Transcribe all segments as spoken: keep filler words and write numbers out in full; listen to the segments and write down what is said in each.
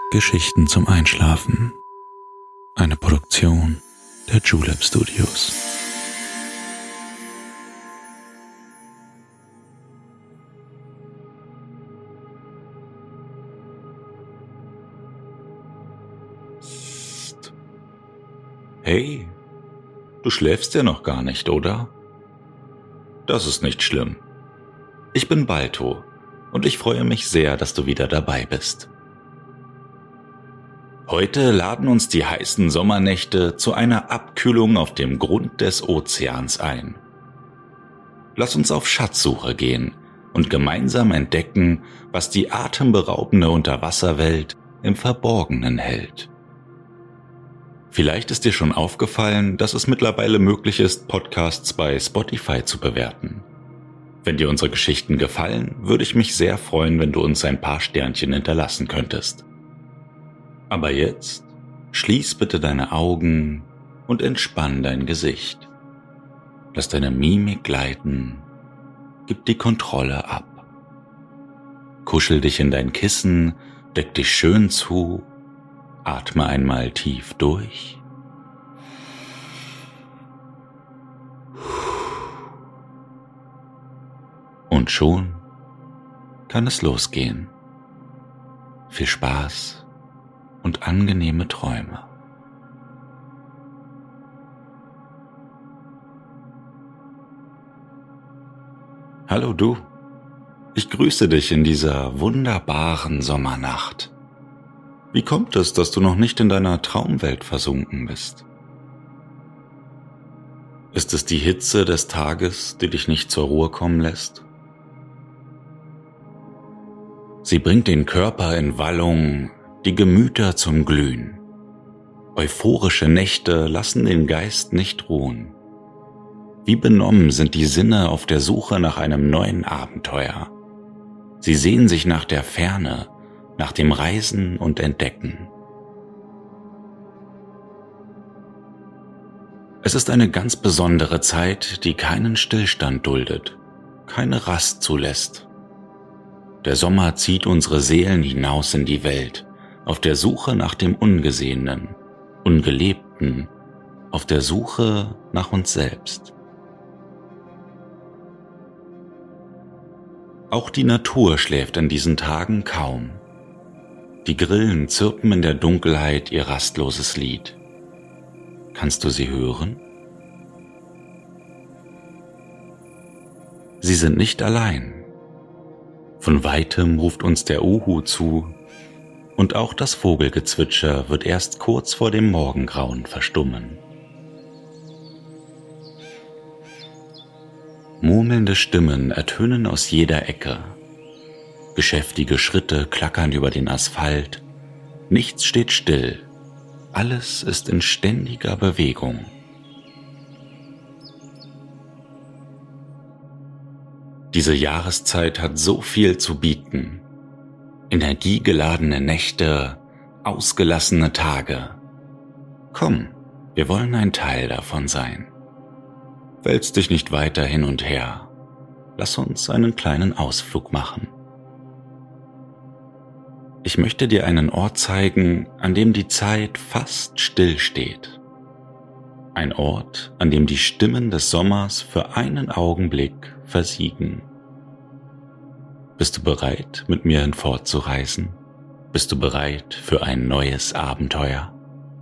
Geschichten zum Einschlafen. Eine Produktion der Julep Studios. Psst. Hey, du schläfst ja noch gar nicht, oder? Das ist nicht schlimm. Ich bin Balto und ich freue mich sehr, dass du wieder dabei bist. Heute laden uns die heißen Sommernächte zu einer Abkühlung auf dem Grund des Ozeans ein. Lass uns auf Schatzsuche gehen und gemeinsam entdecken, was die atemberaubende Unterwasserwelt im Verborgenen hält. Vielleicht ist dir schon aufgefallen, dass es mittlerweile möglich ist, Podcasts bei Spotify zu bewerten. Wenn dir unsere Geschichten gefallen, würde ich mich sehr freuen, wenn du uns ein paar Sternchen hinterlassen könntest. Aber jetzt schließ bitte deine Augen und entspann dein Gesicht. Lass deine Mimik gleiten, gib die Kontrolle ab. Kuschel dich in dein Kissen, deck dich schön zu, atme einmal tief durch. Und schon kann es losgehen. Viel Spaß und angenehme Träume. Hallo du, ich grüße dich in dieser wunderbaren Sommernacht. Wie kommt es, dass du noch nicht in deiner Traumwelt versunken bist? Ist es die Hitze des Tages, die dich nicht zur Ruhe kommen lässt? Sie bringt den Körper in Wallung, die Gemüter zum Glühen. Euphorische Nächte lassen den Geist nicht ruhen. Wie benommen sind die Sinne auf der Suche nach einem neuen Abenteuer. Sie sehen sich nach der Ferne, nach dem Reisen und Entdecken. Es ist eine ganz besondere Zeit, die keinen Stillstand duldet, keine Rast zulässt. Der Sommer zieht unsere Seelen hinaus in die Welt, auf der Suche nach dem Ungesehenen, Ungelebten, auf der Suche nach uns selbst. Auch die Natur schläft in diesen Tagen kaum. Die Grillen zirpen in der Dunkelheit ihr rastloses Lied. Kannst du sie hören? Sie sind nicht allein. Von weitem ruft uns der Uhu zu, und auch das Vogelgezwitscher wird erst kurz vor dem Morgengrauen verstummen. Murmelnde Stimmen ertönen aus jeder Ecke. Geschäftige Schritte klackern über den Asphalt. Nichts steht still. Alles ist in ständiger Bewegung. Diese Jahreszeit hat so viel zu bieten. Energiegeladene Nächte, ausgelassene Tage. Komm, wir wollen ein Teil davon sein. Wälz dich nicht weiter hin und her. Lass uns einen kleinen Ausflug machen. Ich möchte dir einen Ort zeigen, an dem die Zeit fast still steht. Ein Ort, an dem die Stimmen des Sommers für einen Augenblick versiegen. Bist du bereit, mit mir hinfortzureisen? Bist du bereit für ein neues Abenteuer?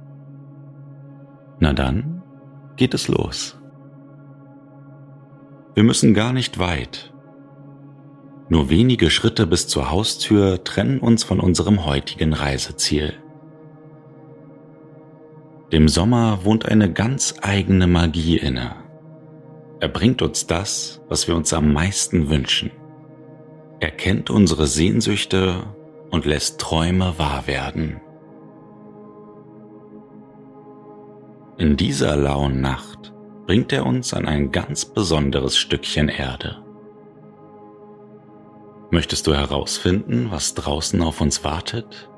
Na dann, geht es los. Wir müssen gar nicht weit. Nur wenige Schritte bis zur Haustür trennen uns von unserem heutigen Reiseziel. Dem Sommer wohnt eine ganz eigene Magie inne. Er bringt uns das, was wir uns am meisten wünschen. Er kennt unsere Sehnsüchte und lässt Träume wahr werden. In dieser lauen Nacht bringt er uns an ein ganz besonderes Stückchen Erde. Möchtest du herausfinden, was draußen auf uns wartet?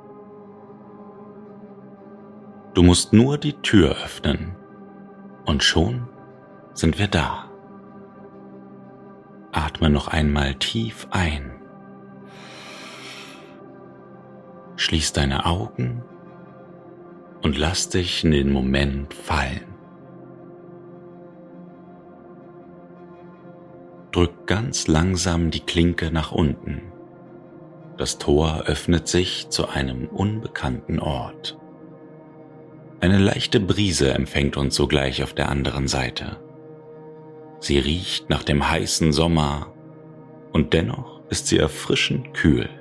Du musst nur die Tür öffnen und schon sind wir da. Atme noch einmal tief ein. Schließ deine Augen und lass dich in den Moment fallen. Drück ganz langsam die Klinke nach unten. Das Tor öffnet sich zu einem unbekannten Ort. Eine leichte Brise empfängt uns sogleich auf der anderen Seite. Sie riecht nach dem heißen Sommer und dennoch ist sie erfrischend kühl.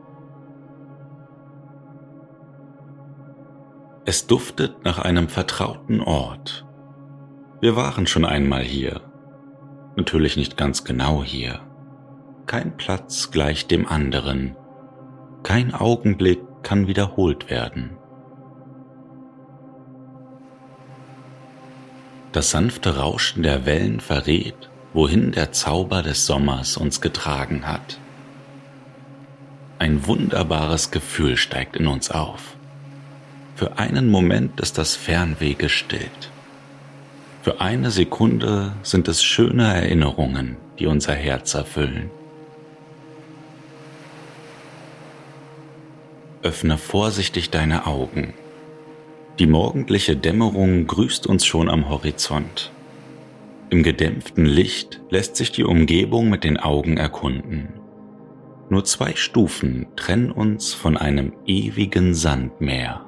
Es duftet nach einem vertrauten Ort. Wir waren schon einmal hier. Natürlich nicht ganz genau hier. Kein Platz gleich dem anderen. Kein Augenblick kann wiederholt werden. Das sanfte Rauschen der Wellen verrät, wohin der Zauber des Sommers uns getragen hat. Ein wunderbares Gefühl steigt in uns auf. Für einen Moment ist das Fernweh gestillt. Für eine Sekunde sind es schöne Erinnerungen, die unser Herz erfüllen. Öffne vorsichtig deine Augen. Die morgendliche Dämmerung grüßt uns schon am Horizont. Im gedämpften Licht lässt sich die Umgebung mit den Augen erkunden. Nur zwei Stufen trennen uns von einem ewigen Sandmeer.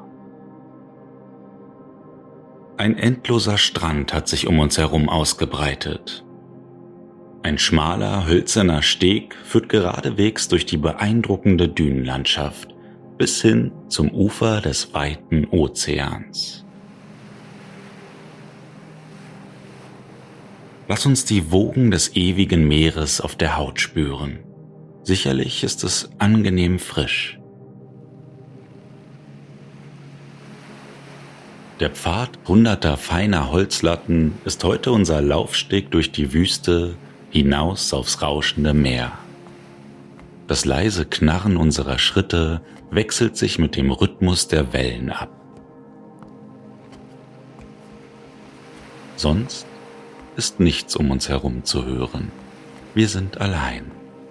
Ein endloser Strand hat sich um uns herum ausgebreitet. Ein schmaler, hölzerner Steg führt geradewegs durch die beeindruckende Dünenlandschaft bis hin zum Ufer des weiten Ozeans. Lass uns die Wogen des ewigen Meeres auf der Haut spüren. Sicherlich ist es angenehm frisch. Der Pfad hunderter feiner Holzlatten ist heute unser Laufsteg durch die Wüste hinaus aufs rauschende Meer. Das leise Knarren unserer Schritte wechselt sich mit dem Rhythmus der Wellen ab. Sonst ist nichts um uns herum zu hören. Wir sind allein.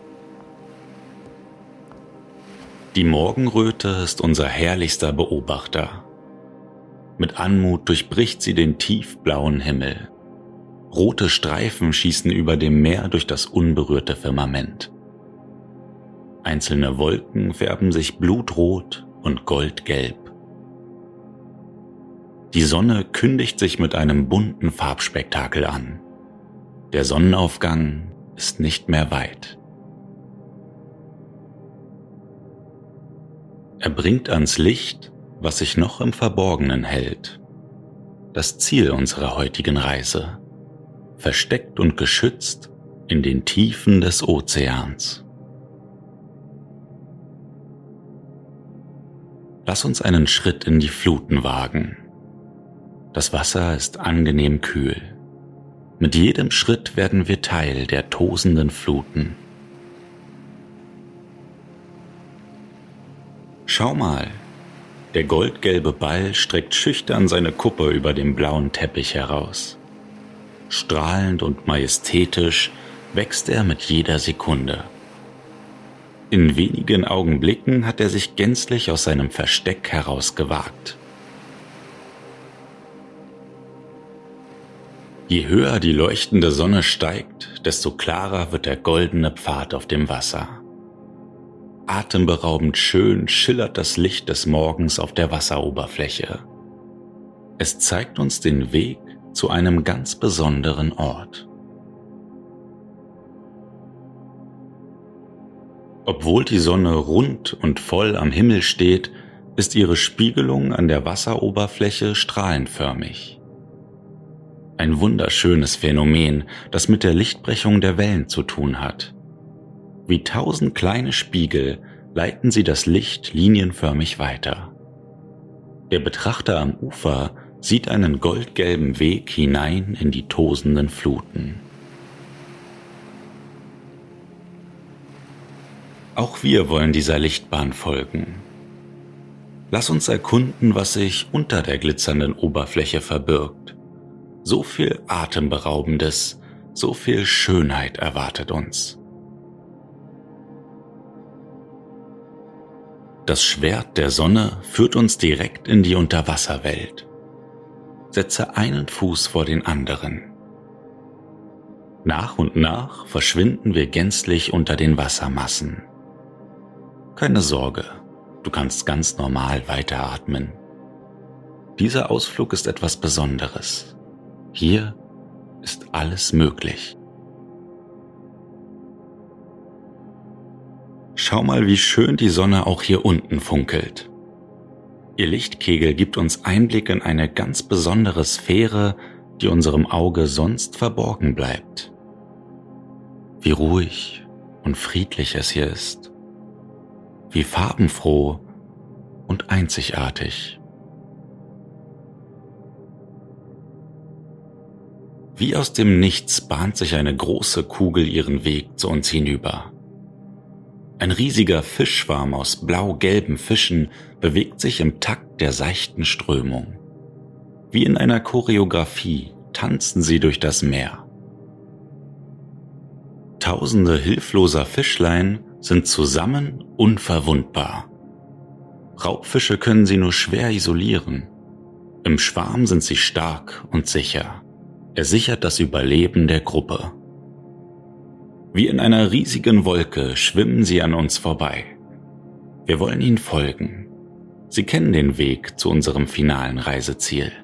Die Morgenröte ist unser herrlichster Beobachter. Mit Anmut durchbricht sie den tiefblauen Himmel. Rote Streifen schießen über dem Meer durch das unberührte Firmament. Einzelne Wolken färben sich blutrot und goldgelb. Die Sonne kündigt sich mit einem bunten Farbspektakel an. Der Sonnenaufgang ist nicht mehr weit. Er bringt ans Licht, was sich noch im Verborgenen hält. Das Ziel unserer heutigen Reise, versteckt und geschützt in den Tiefen des Ozeans. Lass uns einen Schritt in die Fluten wagen. Das Wasser ist angenehm kühl. Mit jedem Schritt werden wir Teil der tosenden Fluten. Schau mal, der goldgelbe Ball streckt schüchtern seine Kuppe über dem blauen Teppich heraus. Strahlend und majestätisch wächst er mit jeder Sekunde. In wenigen Augenblicken hat er sich gänzlich aus seinem Versteck herausgewagt. Je höher die leuchtende Sonne steigt, desto klarer wird der goldene Pfad auf dem Wasser. Atemberaubend schön schillert das Licht des Morgens auf der Wasseroberfläche. Es zeigt uns den Weg zu einem ganz besonderen Ort. Obwohl die Sonne rund und voll am Himmel steht, ist ihre Spiegelung an der Wasseroberfläche strahlenförmig. Ein wunderschönes Phänomen, das mit der Lichtbrechung der Wellen zu tun hat. Wie tausend kleine Spiegel leiten sie das Licht linienförmig weiter. Der Betrachter am Ufer sieht einen goldgelben Weg hinein in die tosenden Fluten. Auch wir wollen dieser Lichtbahn folgen. Lass uns erkunden, was sich unter der glitzernden Oberfläche verbirgt. So viel Atemberaubendes, so viel Schönheit erwartet uns. Das Schwert der Sonne führt uns direkt in die Unterwasserwelt. Setze einen Fuß vor den anderen. Nach und nach verschwinden wir gänzlich unter den Wassermassen. Keine Sorge, du kannst ganz normal weiteratmen. Dieser Ausflug ist etwas Besonderes. Hier ist alles möglich. Schau mal, wie schön die Sonne auch hier unten funkelt. Ihr Lichtkegel gibt uns Einblick in eine ganz besondere Sphäre, die unserem Auge sonst verborgen bleibt. Wie ruhig und friedlich es hier ist. Wie farbenfroh und einzigartig. Wie aus dem Nichts bahnt sich eine große Kugel ihren Weg zu uns hinüber. Ein riesiger Fischschwarm aus blau-gelben Fischen bewegt sich im Takt der seichten Strömung. Wie in einer Choreografie tanzen sie durch das Meer. Tausende hilfloser Fischlein sind zusammen unverwundbar. Raubfische können sie nur schwer isolieren. Im Schwarm sind sie stark und sicher. Er sichert das Überleben der Gruppe. Wie in einer riesigen Wolke schwimmen sie an uns vorbei. Wir wollen ihnen folgen. Sie kennen den Weg zu unserem finalen Reiseziel.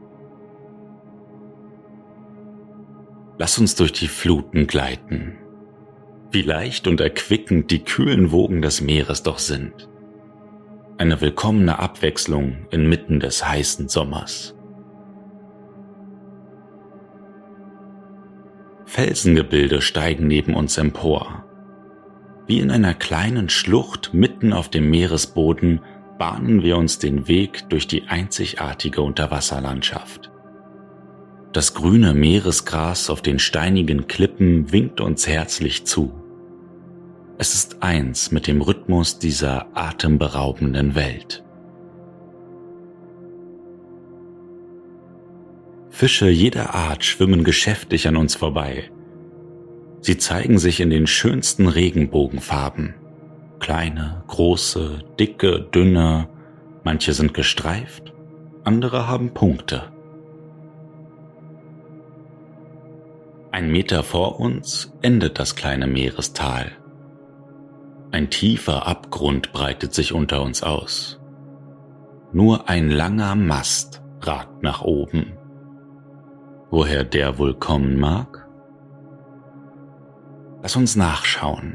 Lass uns durch die Fluten gleiten. Wie leicht und erquickend die kühlen Wogen des Meeres doch sind. Eine willkommene Abwechslung inmitten des heißen Sommers. Felsengebilde steigen neben uns empor. Wie in einer kleinen Schlucht mitten auf dem Meeresboden bahnen wir uns den Weg durch die einzigartige Unterwasserlandschaft. Das grüne Meeresgras auf den steinigen Klippen winkt uns herzlich zu. Es ist eins mit dem Rhythmus dieser atemberaubenden Welt. Fische jeder Art schwimmen geschäftig an uns vorbei. Sie zeigen sich in den schönsten Regenbogenfarben. Kleine, große, dicke, dünne, manche sind gestreift, andere haben Punkte. Ein Meter vor uns endet das kleine Meerestal. Ein tiefer Abgrund breitet sich unter uns aus. Nur ein langer Mast ragt nach oben. Woher der wohl kommen mag? Lass uns nachschauen.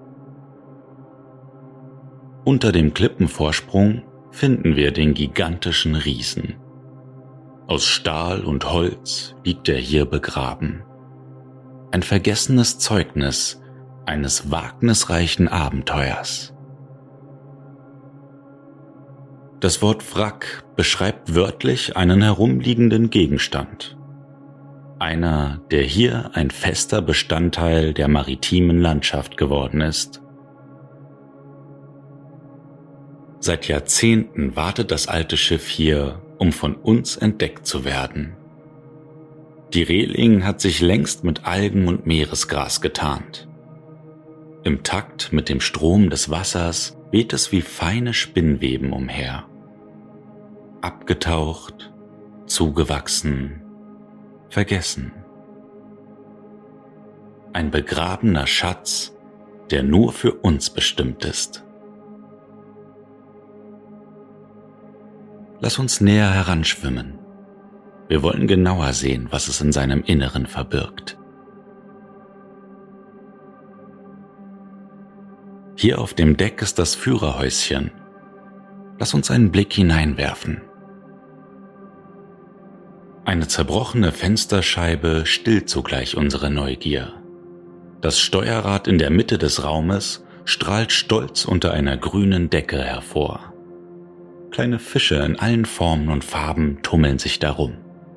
Unter dem Klippenvorsprung finden wir den gigantischen Riesen. Aus Stahl und Holz liegt er hier begraben. Ein vergessenes Zeugnis eines wagnisreichen Abenteuers. Das Wort Wrack beschreibt wörtlich einen herumliegenden Gegenstand. Einer, der hier ein fester Bestandteil der maritimen Landschaft geworden ist. Seit Jahrzehnten wartet das alte Schiff hier, um von uns entdeckt zu werden. Die Reling hat sich längst mit Algen und Meeresgras getarnt. Im Takt mit dem Strom des Wassers weht es wie feine Spinnweben umher. Abgetaucht, zugewachsen, vergessen. Ein begrabener Schatz, der nur für uns bestimmt ist. Lass uns näher heranschwimmen. Wir wollen genauer sehen, was es in seinem Inneren verbirgt. Hier auf dem Deck ist das Führerhäuschen. Lass uns einen Blick hineinwerfen. Eine zerbrochene Fensterscheibe stillt zugleich unsere Neugier. Das Steuerrad in der Mitte des Raumes strahlt stolz unter einer grünen Decke hervor. Kleine Fische in allen Formen und Farben tummeln sich darum.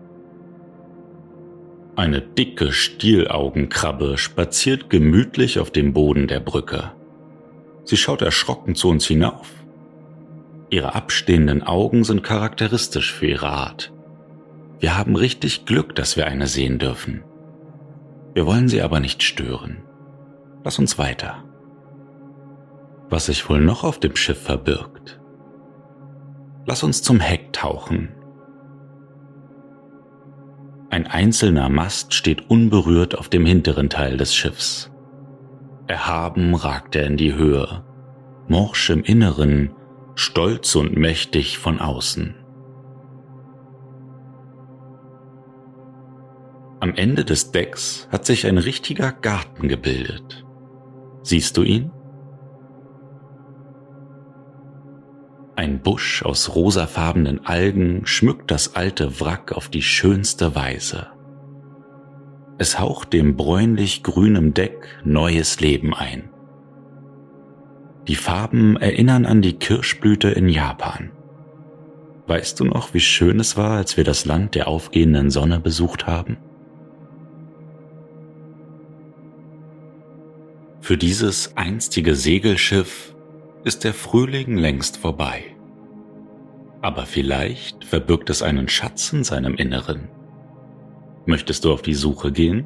Eine dicke Stielaugenkrabbe spaziert gemütlich auf dem Boden der Brücke. Sie schaut erschrocken zu uns hinauf. Ihre abstehenden Augen sind charakteristisch für ihre Art. Wir haben richtig Glück, dass wir eine sehen dürfen. Wir wollen sie aber nicht stören. Lass uns weiter. was sich wohl noch auf dem Schiff verbirgt. Lass uns zum Heck tauchen. Ein einzelner Mast steht unberührt auf dem hinteren Teil des Schiffs. Erhaben ragt er in die Höhe, morsch im Inneren, stolz und mächtig von außen. Am Ende des Decks hat sich ein richtiger Garten gebildet. Siehst du ihn? Ein Busch aus rosafarbenen Algen schmückt das alte Wrack auf die schönste Weise. Es haucht dem bräunlich-grünem Deck neues Leben ein. Die Farben erinnern an die Kirschblüte in Japan. Weißt du noch, wie schön es war, als wir das Land der aufgehenden Sonne besucht haben? Für dieses einstige Segelschiff ist der Frühling längst vorbei. Aber vielleicht verbirgt es einen Schatz in seinem Inneren. Möchtest du auf die Suche gehen?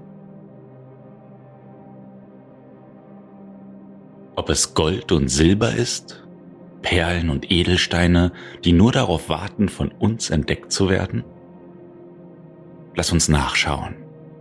Ob es Gold und Silber ist, Perlen und Edelsteine, die nur darauf warten, von uns entdeckt zu werden? Lass uns nachschauen.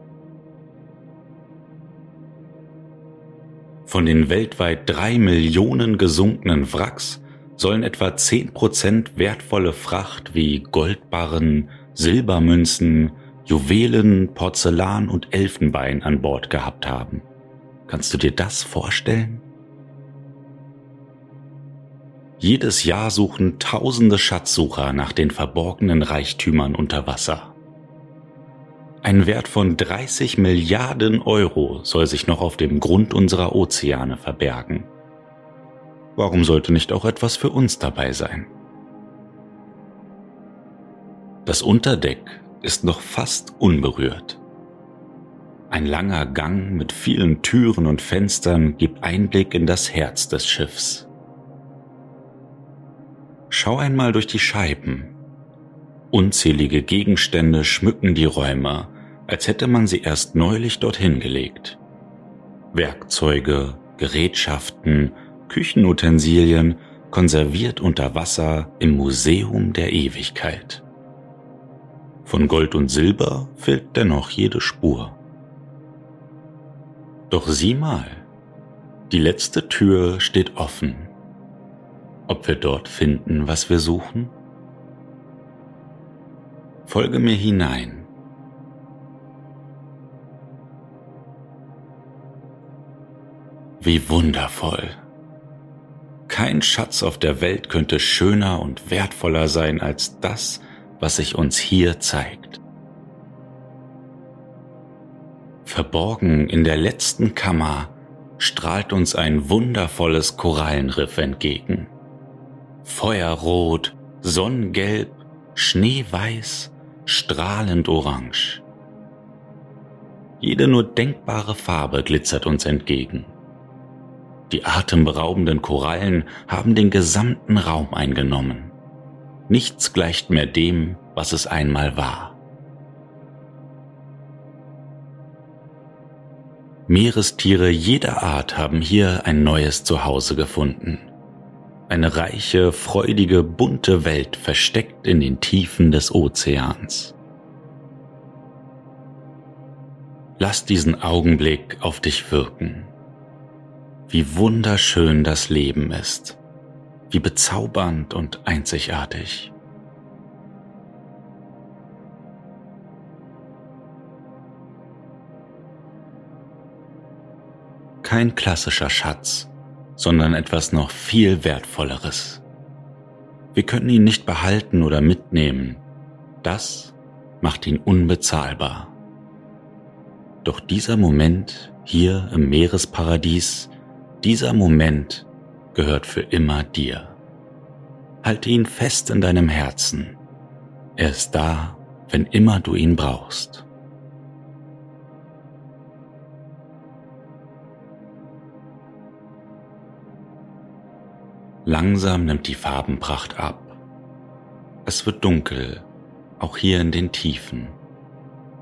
Von den weltweit drei Millionen gesunkenen Wracks sollen etwa zehn Prozent wertvolle Fracht wie Goldbarren, Silbermünzen, Juwelen, Porzellan und Elfenbein an Bord gehabt haben. Kannst du dir das vorstellen? Jedes Jahr suchen tausende Schatzsucher nach den verborgenen Reichtümern unter Wasser. Ein Wert von dreißig Milliarden Euro soll sich noch auf dem Grund unserer Ozeane verbergen. Warum sollte nicht auch etwas für uns dabei sein? Das Unterdeck ist noch fast unberührt. Ein langer Gang mit vielen Türen und Fenstern gibt Einblick in das Herz des Schiffs. Schau einmal durch die Scheiben. Unzählige Gegenstände schmücken die Räume, als hätte man sie erst neulich dorthin gelegt. Werkzeuge, Gerätschaften, Küchenutensilien, konserviert unter Wasser im Museum der Ewigkeit. Von Gold und Silber fehlt dennoch jede Spur. Doch sieh mal, die letzte Tür steht offen. Ob wir dort finden, was wir suchen? Folge mir hinein. Wie wundervoll! Kein Schatz auf der Welt könnte schöner und wertvoller sein als das, was sich uns hier zeigt. Verborgen in der letzten Kammer strahlt uns ein wundervolles Korallenriff entgegen. Feuerrot, sonnengelb, schneeweiß, strahlend orange. Jede nur denkbare Farbe glitzert uns entgegen. Die atemberaubenden Korallen haben den gesamten Raum eingenommen. Nichts gleicht mehr dem, was es einmal war. Meerestiere jeder Art haben hier ein neues Zuhause gefunden. Eine reiche, freudige, bunte Welt versteckt in den Tiefen des Ozeans. Lass diesen Augenblick auf dich wirken. Wie wunderschön das Leben ist, wie bezaubernd und einzigartig. Kein klassischer Schatz, sondern etwas noch viel Wertvolleres. Wir können ihn nicht behalten oder mitnehmen, das macht ihn unbezahlbar. Doch dieser Moment hier im Meeresparadies, dieser Moment gehört für immer dir. Halte ihn fest in deinem Herzen. Er ist da, wenn immer du ihn brauchst. Langsam nimmt die Farbenpracht ab. Es wird dunkel, auch hier in den Tiefen.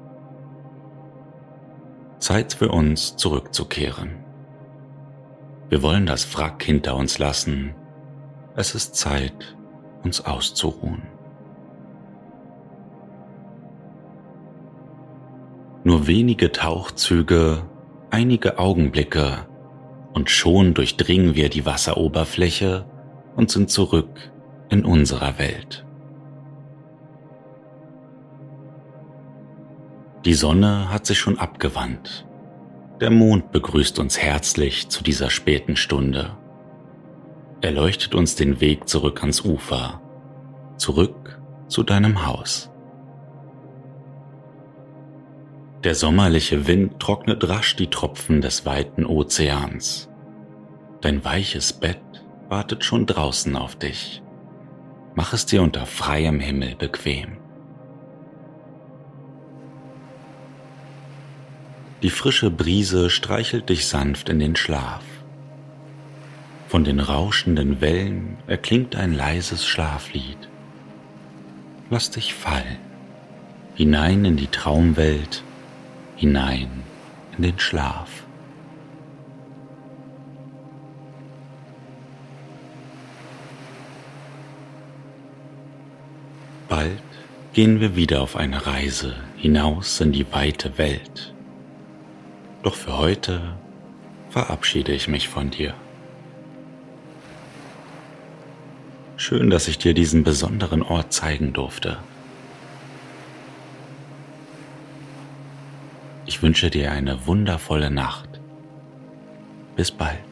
Zeit für uns zurückzukehren. Wir wollen das Wrack hinter uns lassen. Es ist Zeit, uns auszuruhen. Nur wenige Tauchzüge, einige Augenblicke und schon durchdringen wir die Wasseroberfläche und sind zurück in unserer Welt. Die Sonne hat sich schon abgewandt. Der Mond begrüßt uns herzlich zu dieser späten Stunde. Er leuchtet uns den Weg zurück ans Ufer, zurück zu deinem Haus. Der sommerliche Wind trocknet rasch die Tropfen des weiten Ozeans. Dein weiches Bett wartet schon draußen auf dich. Mach es dir unter freiem Himmel bequem. Die frische Brise streichelt dich sanft in den Schlaf. Von den rauschenden Wellen erklingt ein leises Schlaflied. Lass dich fallen, hinein in die Traumwelt, hinein in den Schlaf. Bald gehen wir wieder auf eine Reise hinaus in die weite Welt. Doch für heute verabschiede ich mich von dir. Schön, dass ich dir diesen besonderen Ort zeigen durfte. Ich wünsche dir eine wundervolle Nacht. Bis bald.